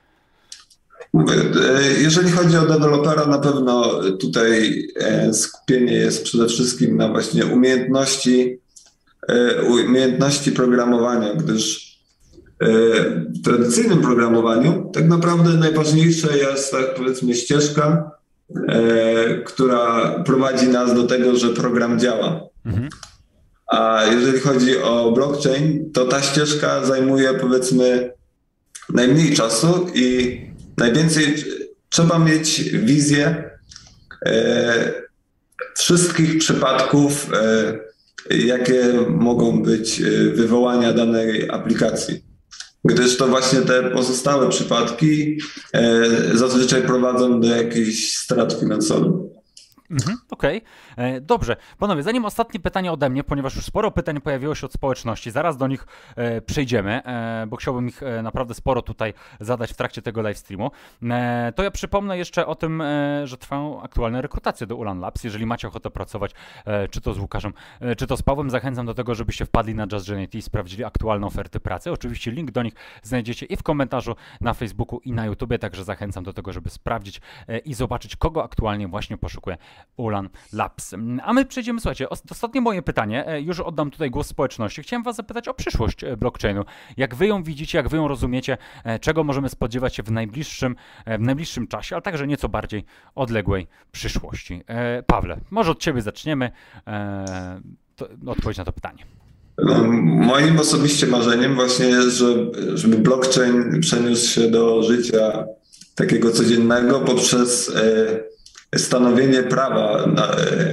Jeżeli chodzi o dewelopera, na pewno tutaj skupienie jest przede wszystkim na właśnie umiejętności, umiejętności programowania, gdyż w tradycyjnym programowaniu tak naprawdę najważniejsza jest, tak powiedzmy, ścieżka, która prowadzi nas do tego, że program działa. Mhm. A jeżeli chodzi o blockchain, to ta ścieżka zajmuje, powiedzmy, najmniej czasu i najwięcej trzeba mieć wizję e, wszystkich przypadków, e, jakie mogą być wywołania danej aplikacji. Gdyż to właśnie te pozostałe przypadki e, zazwyczaj prowadzą do jakichś strat finansowych. Mhm, okej, okay. Dobrze. Panowie, zanim ostatnie pytanie ode mnie, ponieważ już sporo pytań pojawiło się od społeczności, zaraz do nich e, przejdziemy, e, bo chciałbym ich e, naprawdę sporo tutaj zadać w trakcie tego live streamu, e, to ja przypomnę jeszcze o tym, e, że trwają aktualne rekrutacje do Ulan Labs. Jeżeli macie ochotę pracować, e, czy to z Łukaszem, e, czy to z Pawłem, zachęcam do tego, żebyście wpadli na JustGenity i sprawdzili aktualne oferty pracy. Oczywiście link do nich znajdziecie i w komentarzu na Facebooku, i na YouTubie, także zachęcam do tego, żeby sprawdzić e, i zobaczyć, kogo aktualnie właśnie poszukuje Ulan Labs. A my przejdziemy, słuchajcie, ostatnie moje pytanie, już oddam tutaj głos społeczności. Chciałem was zapytać o przyszłość blockchainu. Jak wy ją widzicie, jak wy ją rozumiecie, czego możemy spodziewać się w najbliższym, w najbliższym czasie, ale także nieco bardziej odległej przyszłości. Pawle, może od ciebie zaczniemy. To odpowiedź na to pytanie. No, moim osobiście marzeniem właśnie jest, żeby, żeby blockchain przeniósł się do życia takiego codziennego poprzez stanowienie prawa na,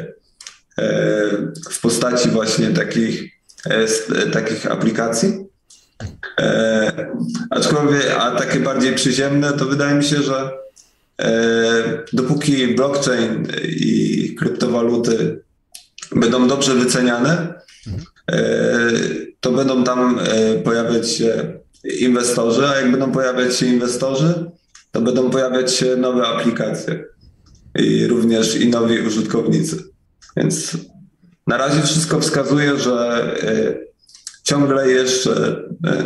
w postaci właśnie takich, takich aplikacji. Aczkolwiek, a takie bardziej przyziemne, to wydaje mi się, że dopóki blockchain i kryptowaluty będą dobrze wyceniane, to będą tam pojawiać się inwestorzy, a jak będą pojawiać się inwestorzy, to będą pojawiać się nowe aplikacje i również i nowi użytkownicy. Więc na razie wszystko wskazuje, że ciągle jeszcze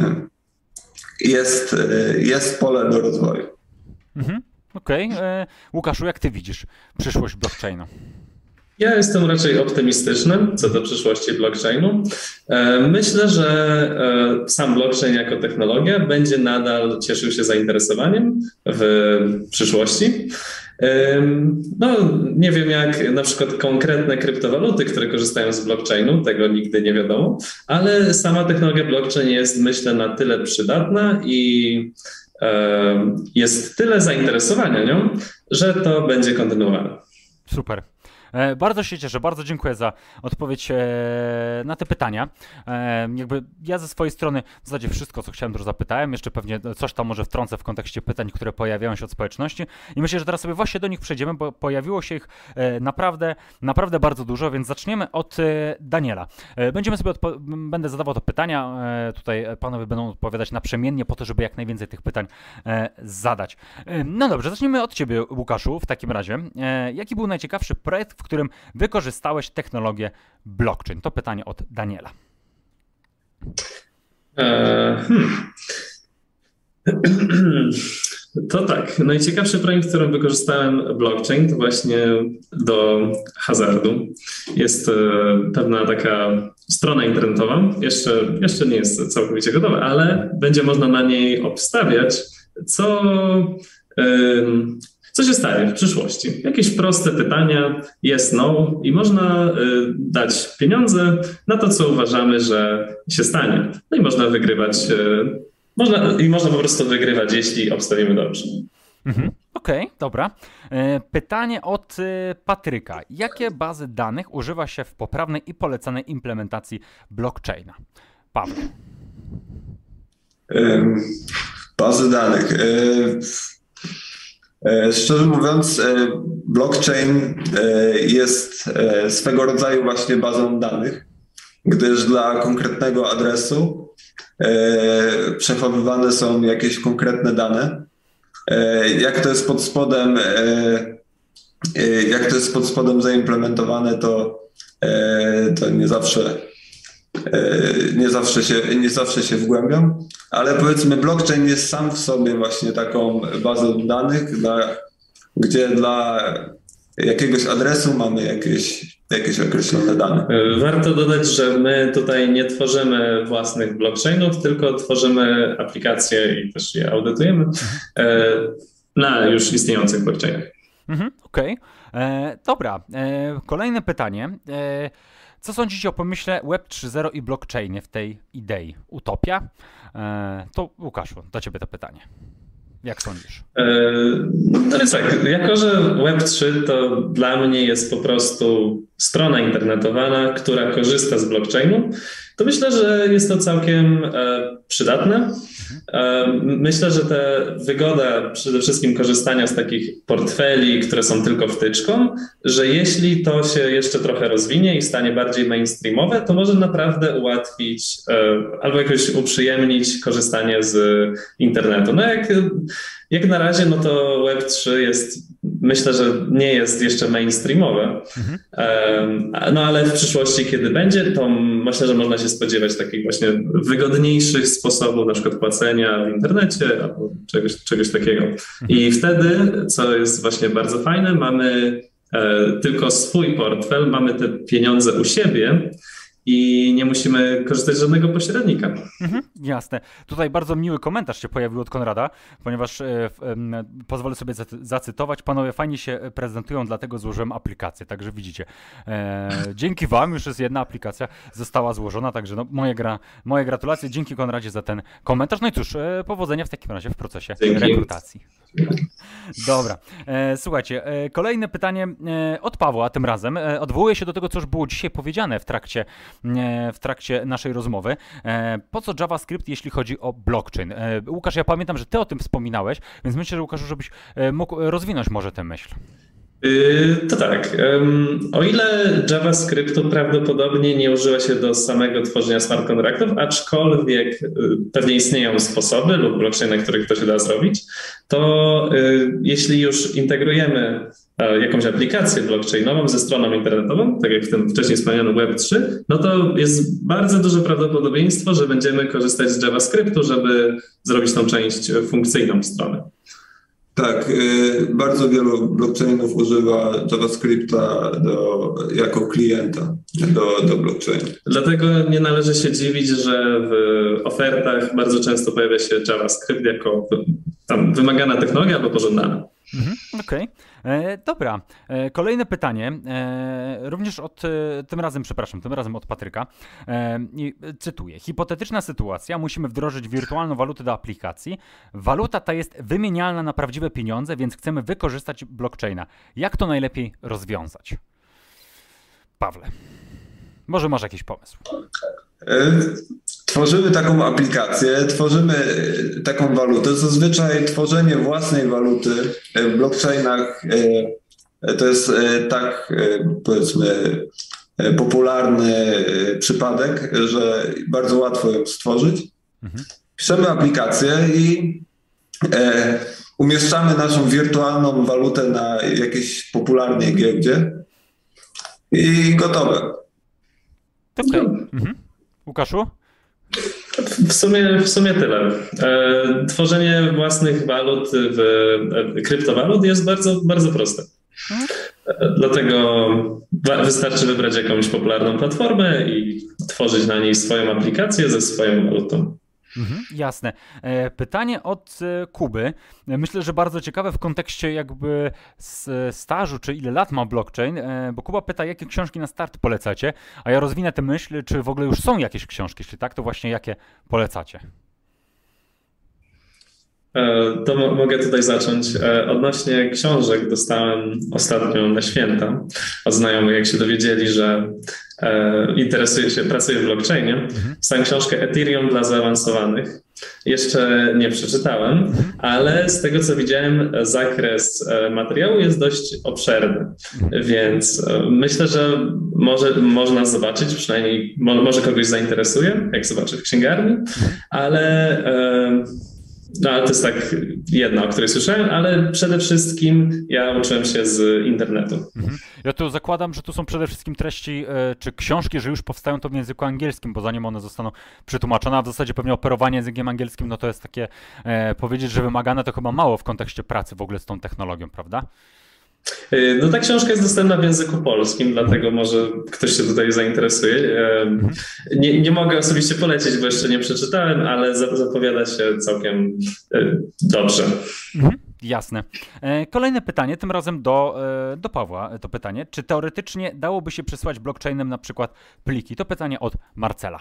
jest, jest pole do rozwoju. Mhm, okej. Okay. Łukaszu, jak ty widzisz przyszłość blockchainu? Ja jestem raczej optymistyczny co do przyszłości blockchainu. Myślę, że sam blockchain jako technologia będzie nadal cieszył się zainteresowaniem w przyszłości. No, nie wiem jak na przykład konkretne kryptowaluty, które korzystają z blockchainu, tego nigdy nie wiadomo, ale sama technologia blockchain jest, myślę, na tyle przydatna i jest tyle zainteresowania nią, że to będzie kontynuowane. Super. Bardzo się cieszę, bardzo dziękuję za odpowiedź na te pytania. Jakby ja ze swojej strony w zasadzie wszystko, co chciałem, dużo zapytałem. Jeszcze pewnie coś tam może wtrącę w kontekście pytań, które pojawiają się od społeczności. I myślę, że teraz sobie właśnie do nich przejdziemy, bo pojawiło się ich naprawdę, naprawdę bardzo dużo, więc zaczniemy od Daniela. Będziemy sobie odpo- będę zadawał to pytania. Tutaj panowie będą odpowiadać naprzemiennie po to, żeby jak najwięcej tych pytań zadać. No dobrze, zacznijmy od ciebie, Łukaszu, w takim razie. Jaki był najciekawszy projekt, w którym wykorzystałeś technologię blockchain? To pytanie od Daniela. E, hmm. To tak, najciekawszy projekt, w którym wykorzystałem blockchain, to właśnie do hazardu. Jest pewna taka strona internetowa, jeszcze, jeszcze nie jest całkowicie gotowa, ale będzie można na niej obstawiać, co, co się stanie w przyszłości. Jakieś proste pytania, yes, no, i można dać pieniądze na to, co uważamy, że się stanie. No i można wygrywać. Można, I można po prostu wygrywać, jeśli obstawimy dobrze. Mhm. Okej, okay, dobra. Pytanie od Patryka. Jakie bazy danych używa się w poprawnej i polecanej implementacji blockchaina? Paweł. Bazy danych. Szczerze mówiąc, blockchain jest swego rodzaju właśnie bazą danych, gdyż dla konkretnego adresu przechowywane są jakieś konkretne dane. Jak to jest pod spodem, jak to jest pod spodem zaimplementowane, to, to nie zawsze, nie zawsze się, nie zawsze się wgłębiam, ale powiedzmy blockchain jest sam w sobie właśnie taką bazą danych, dla, gdzie dla jakiegoś adresu mamy jakieś jakieś określone dane. Warto dodać, że my tutaj nie tworzymy własnych blockchainów, tylko tworzymy aplikacje i też je audytujemy na już istniejących blockchainach. Mhm, Okej, okay. Dobra. E, kolejne pytanie. E, co sądzicie o pomyśle Web trzy zero i blockchainie w tej idei? Utopia? E, to Łukaszu, do ciebie to pytanie. Jak sądzisz? No więc tak, jako że Web trzy to dla mnie jest po prostu strona internetowa, która korzysta z blockchainu, to myślę, że jest to całkiem przydatne. Myślę, że ta wygoda przede wszystkim korzystania z takich portfeli, które są tylko wtyczką, że jeśli to się jeszcze trochę rozwinie i stanie bardziej mainstreamowe, to może naprawdę ułatwić albo jakoś uprzyjemnić korzystanie z internetu. No jak, jak na razie, no to Web trzy jest, myślę, że nie jest jeszcze mainstreamowe, mhm. no ale w przyszłości, kiedy będzie, to myślę, że można się spodziewać takich właśnie wygodniejszych sposobów, na przykład płacenia w internecie albo czegoś, czegoś takiego. Mhm. I wtedy, co jest właśnie bardzo fajne, mamy e, tylko swój portfel, mamy te pieniądze u siebie i nie musimy korzystać z żadnego pośrednika. Mhm, jasne. Tutaj bardzo miły komentarz się pojawił od Konrada, ponieważ e, e, pozwolę sobie zacytować. Panowie fajnie się prezentują, dlatego złożyłem aplikację. Także widzicie, e, dzięki wam już jest jedna aplikacja została złożona, także no, moje, gra, moje gratulacje. Dzięki Konradzie za ten komentarz. No i cóż, e, powodzenia w takim razie w procesie Dzięki. rekrutacji. Dobra. E, słuchajcie, e, kolejne pytanie e, od Pawła tym razem. E, odwołuję się do tego, co już było dzisiaj powiedziane w trakcie w trakcie naszej rozmowy. Po co JavaScript, jeśli chodzi o blockchain? Łukasz, ja pamiętam, że ty o tym wspominałeś, więc myślę, że Łukaszu, żebyś mógł rozwinąć może tę myśl. To tak. O ile JavaScriptu prawdopodobnie nie używa się do samego tworzenia smart contractów, aczkolwiek pewnie istnieją sposoby lub blockchainy, na których to się da zrobić, to jeśli już integrujemy jakąś aplikację blockchainową ze stroną internetową, tak jak w tym wcześniej wspomnianym Web trzy, no to jest bardzo duże prawdopodobieństwo, że będziemy korzystać z JavaScriptu, żeby zrobić tą część funkcyjną strony. Tak, bardzo wielu blockchainów używa JavaScripta do, jako klienta do, do blockchainu. Dlatego nie należy się dziwić, że w ofertach bardzo często pojawia się JavaScript jako tam wymagana technologia albo pożądana. Mhm, Okej, okay. Dobra. E, kolejne pytanie, e, również od, e, tym razem, przepraszam, tym razem od Patryka. E, i, cytuję. Hipotetyczna sytuacja, musimy wdrożyć wirtualną walutę do aplikacji. Waluta ta jest wymienialna na prawdziwe pieniądze, więc chcemy wykorzystać blockchaina. Jak to najlepiej rozwiązać? Pawle, może masz jakiś pomysł? Tworzymy taką aplikację, tworzymy taką walutę. Zazwyczaj tworzenie własnej waluty w blockchainach to jest tak, powiedzmy, popularny przypadek, że bardzo łatwo ją stworzyć. Mhm. Piszemy aplikację i umieszczamy naszą wirtualną walutę na jakiejś popularnej giełdzie. i gotowe. Okej. Okay. Mhm. Łukaszu? W sumie, w sumie tyle. E, tworzenie własnych walut, w, e, kryptowalut jest bardzo, bardzo proste. E, dlatego wystarczy wybrać jakąś popularną platformę i tworzyć na niej swoją aplikację ze swoją walutą. Mhm, jasne. Pytanie od Kuby. Myślę, że bardzo ciekawe w kontekście jakby stażu, czy ile lat ma blockchain, bo Kuba pyta, jakie książki na start polecacie, a ja rozwinę tę myśl, czy w ogóle już są jakieś książki, jeśli tak, to właśnie jakie polecacie? To mo- mogę tutaj zacząć. Odnośnie książek dostałem ostatnio na święta od znajomych, jak się dowiedzieli, że e, interesuję się, pracuję w blockchainie. Mhm. Dostałem książkę Ethereum dla zaawansowanych. Jeszcze nie przeczytałem, mhm. ale z tego co widziałem, zakres materiału jest dość obszerny, mhm. więc myślę, że może, można zobaczyć, przynajmniej mo- może kogoś zainteresuje, jak zobaczy w księgarni, mhm. ale... E, No, ale to jest tak jedna, o której słyszałem, ale przede wszystkim ja uczyłem się z internetu. Mhm. Ja tu zakładam, że tu są przede wszystkim treści e, czy książki, że już powstają to w języku angielskim, bo zanim one zostaną przetłumaczone, a w zasadzie pewnie operowanie językiem angielskim, no to jest takie, e, powiedzieć, że wymagane to chyba mało w kontekście pracy w ogóle z tą technologią, prawda? No ta książka jest dostępna w języku polskim, dlatego może ktoś się tutaj zainteresuje. Nie, nie mogę osobiście polecić, bo jeszcze nie przeczytałem, ale zapowiada się całkiem dobrze. Mhm, jasne. Kolejne pytanie, tym razem do, do Pawła to pytanie. Czy teoretycznie dałoby się przysłać blockchainem na przykład pliki? To pytanie od Marcela.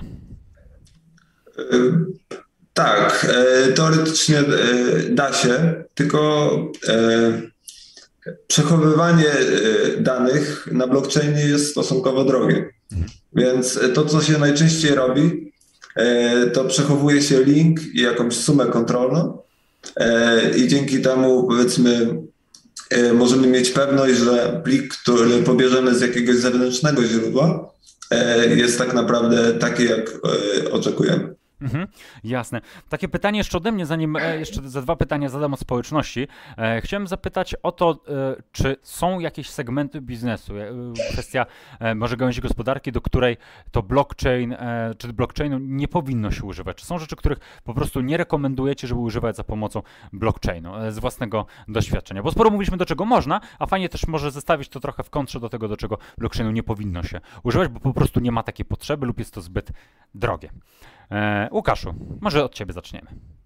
Tak, teoretycznie da się, tylko... Przechowywanie danych na blockchainie jest stosunkowo drogie, więc to, co się najczęściej robi, to przechowuje się link i jakąś sumę kontrolną i dzięki temu, powiedzmy, możemy mieć pewność, że plik, który pobierzemy z jakiegoś zewnętrznego źródła, jest tak naprawdę taki, jak oczekujemy. Mhm, jasne. Takie pytanie jeszcze ode mnie, zanim e, jeszcze za dwa pytania zadam o społeczności. E, chciałem zapytać o to, e, czy są jakieś segmenty biznesu, e, kwestia e, może gałęzi gospodarki, do której to blockchain, e, czy blockchainu nie powinno się używać. Czy są rzeczy, których po prostu nie rekomendujecie, żeby używać za pomocą blockchainu e, z własnego doświadczenia? Bo sporo mówiliśmy, do czego można, a fajnie też może zestawić to trochę w kontrze do tego, do czego blockchainu nie powinno się używać, bo po prostu nie ma takiej potrzeby lub jest to zbyt drogie. E, Łukaszu, może od ciebie zaczniemy.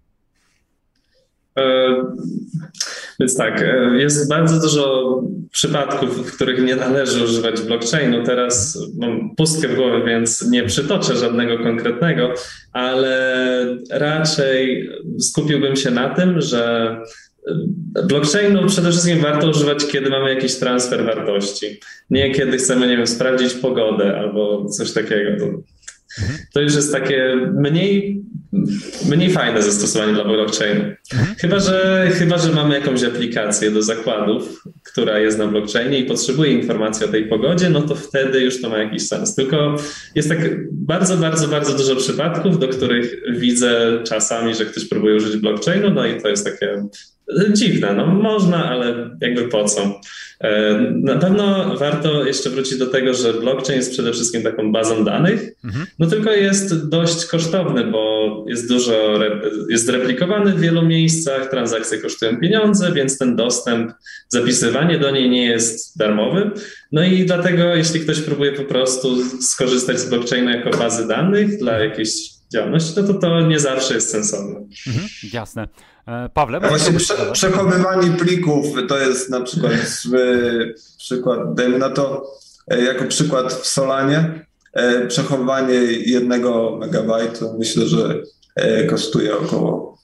E, więc tak, jest bardzo dużo przypadków, w których nie należy używać blockchainu. Teraz mam pustkę w głowie, więc nie przytoczę żadnego konkretnego, ale raczej skupiłbym się na tym, że blockchainu przede wszystkim warto używać, kiedy mamy jakiś transfer wartości. Nie kiedy chcemy, nie wiem, sprawdzić pogodę albo coś takiego. To, to już jest takie mniej, mniej fajne zastosowanie dla blockchainu. Chyba że, chyba, że mamy jakąś aplikację do zakładów, która jest na blockchainie i potrzebuje informacji o tej pogodzie, no to wtedy już to ma jakiś sens. Tylko jest tak bardzo, bardzo, bardzo dużo przypadków, do których widzę czasami, że ktoś próbuje użyć blockchainu, no i to jest takie dziwne. No można, ale jakby po co? Na pewno warto jeszcze wrócić do tego, że blockchain jest przede wszystkim taką bazą danych, mhm. no tylko jest dość kosztowny, bo jest dużo, jest replikowany w wielu miejscach, transakcje kosztują pieniądze, więc ten dostęp, zapisywanie do niej nie jest darmowy. No i dlatego, jeśli ktoś próbuje po prostu skorzystać z blockchaina jako bazy danych dla jakiejś działalności, no to to nie zawsze jest sensowne. Mhm, jasne. Pawle? Właśnie prze, przechowywanie plików to jest na przykład przykład, dajmy na to jako przykład w Solanie. Przechowywanie jednego megabajtu myślę, że kosztuje około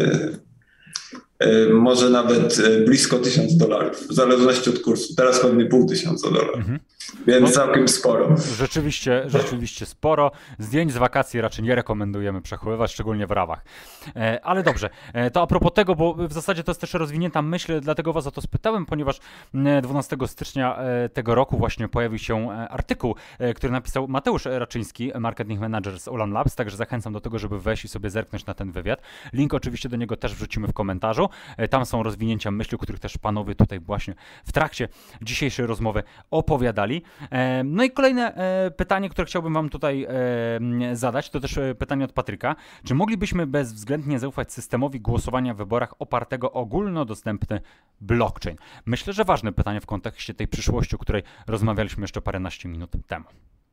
może nawet blisko tysiąc dolarów, w zależności od kursu. Teraz pewnie pół tysiąca dolarów, mhm. więc no, całkiem sporo. Rzeczywiście, rzeczywiście sporo. Zdjęć z wakacji raczej nie rekomendujemy przechowywać, szczególnie w rawach. Ale dobrze, to a propos tego, bo w zasadzie to jest też rozwinięta myśl, dlatego was o to spytałem, ponieważ dwunastego stycznia tego roku właśnie pojawił się artykuł, który napisał Mateusz Raczyński, marketing manager z Ulam Labs, także zachęcam do tego, żeby wejść i sobie zerknąć na ten wywiad. Link oczywiście do niego też wrzucimy w komentarzu. Tam są rozwinięcia myśli, o których też panowie tutaj właśnie w trakcie dzisiejszej rozmowy opowiadali. pytali. No i kolejne pytanie, które chciałbym wam tutaj zadać, to też pytanie od Patryka. Czy moglibyśmy bezwzględnie zaufać systemowi głosowania w wyborach opartego o ogólnodostępny blockchain? Myślę, że ważne pytanie w kontekście tej przyszłości, o której rozmawialiśmy jeszcze paręnaście minut temu.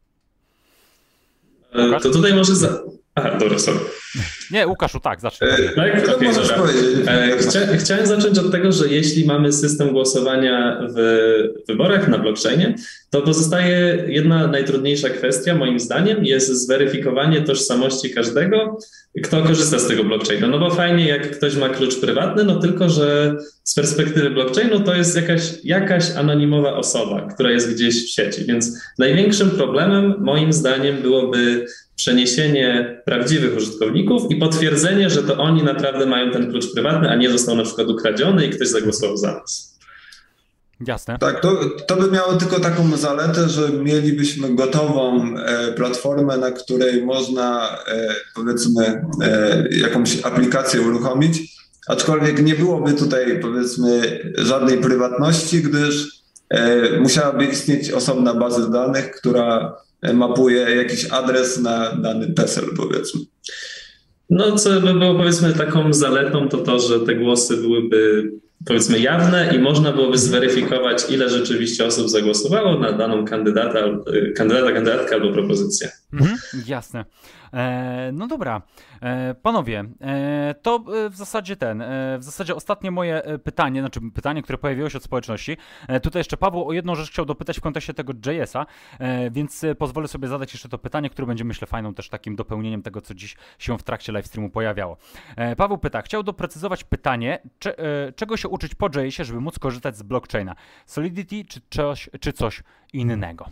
Łukasz? To tutaj może za... Aha, dobra, sorry. Nie, Łukaszu, tak, zacznij. Tak? To Okay, możesz dobra. powiedzieć. Chcia, chciałem zacząć od tego, że jeśli mamy system głosowania w wyborach na blockchainie, to pozostaje jedna najtrudniejsza kwestia, moim zdaniem, jest zweryfikowanie tożsamości każdego, kto korzysta z tego blockchaina. No bo fajnie, jak ktoś ma klucz prywatny, no tylko, że z perspektywy blockchainu to jest jakaś, jakaś anonimowa osoba, która jest gdzieś w sieci. Więc największym problemem, moim zdaniem, byłoby przeniesienie prawdziwych użytkowników i potwierdzenie, że to oni naprawdę mają ten klucz prywatny, a nie został na przykład ukradziony i ktoś zagłosował za nas. Jasne. Tak, to, to by miało tylko taką zaletę, że mielibyśmy gotową e, platformę, na której można e, powiedzmy e, jakąś aplikację uruchomić, aczkolwiek nie byłoby tutaj powiedzmy żadnej prywatności, gdyż e, musiałaby istnieć osobna baza danych, która mapuje jakiś adres na dany PESEL, powiedzmy. No, co by było powiedzmy taką zaletą, to to, że te głosy byłyby powiedzmy jawne i można byłoby zweryfikować, ile rzeczywiście osób zagłosowało na daną kandydata, kandydata, kandydatkę albo propozycję. Mhm, jasne. E, no dobra, e, panowie, e, to w zasadzie ten, e, w zasadzie ostatnie moje pytanie, znaczy pytanie, które pojawiło się od społeczności. E, tutaj jeszcze Paweł o jedną rzecz chciał dopytać w kontekście tego J S a, e, więc pozwolę sobie zadać jeszcze to pytanie, które będzie, myślę, fajną też takim dopełnieniem tego, co dziś się w trakcie livestreamu pojawiało. E, Paweł pyta, chciał doprecyzować pytanie, cze, e, czego się uczyć po J S ie, żeby móc korzystać z blockchaina? Solidity czy coś, czy coś innego?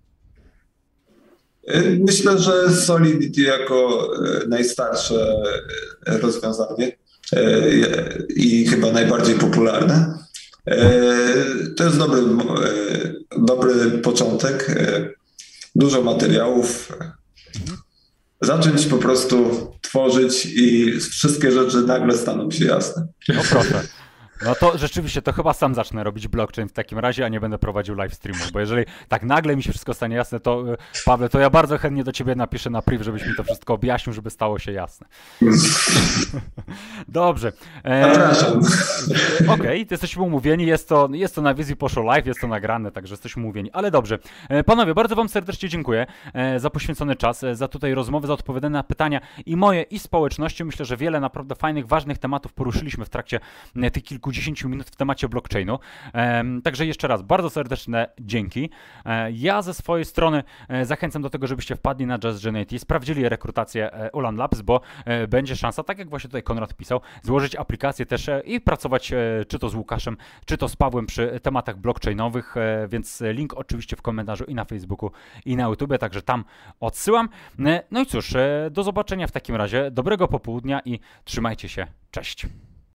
Myślę, że Solidity jako najstarsze rozwiązanie i chyba najbardziej popularne. To jest dobry, dobry początek, dużo materiałów. Zacząć po prostu tworzyć i wszystkie rzeczy nagle staną się jasne. No proszę. No to rzeczywiście, to chyba sam zacznę robić blockchain w takim razie, a nie będę prowadził live streamów, bo jeżeli tak nagle mi się wszystko stanie jasne, to Paweł, to ja bardzo chętnie do ciebie napiszę na priv, żebyś mi to wszystko objaśnił, żeby stało się jasne. Dobrze. E, Zapraszam. Okej, okay, jesteśmy umówieni, jest to, jest to na wizji poszło live, jest to nagrane, także jesteśmy umówieni, ale dobrze. E, panowie, bardzo wam serdecznie dziękuję e, za poświęcony czas, e, za tutaj rozmowę, za odpowiadanie na pytania i moje, i społeczności. Myślę, że wiele naprawdę fajnych, ważnych tematów poruszyliśmy w trakcie e, tych kilkudziesięciu minut w temacie blockchainu. E, także jeszcze raz bardzo serdeczne dzięki. E, ja ze swojej strony e, zachęcam do tego, żebyście wpadli na JustGenerative i sprawdzili rekrutację e, Ulam Labs, bo e, będzie szansa, tak jak właśnie tutaj Konrad pisał, złożyć aplikację też e, i pracować e, czy to z Łukaszem, czy to z Pawłem przy tematach blockchainowych, e, więc link oczywiście w komentarzu i na Facebooku, i na YouTubie, także tam odsyłam. E, no i cóż, e, do zobaczenia w takim razie, dobrego popołudnia i trzymajcie się, cześć.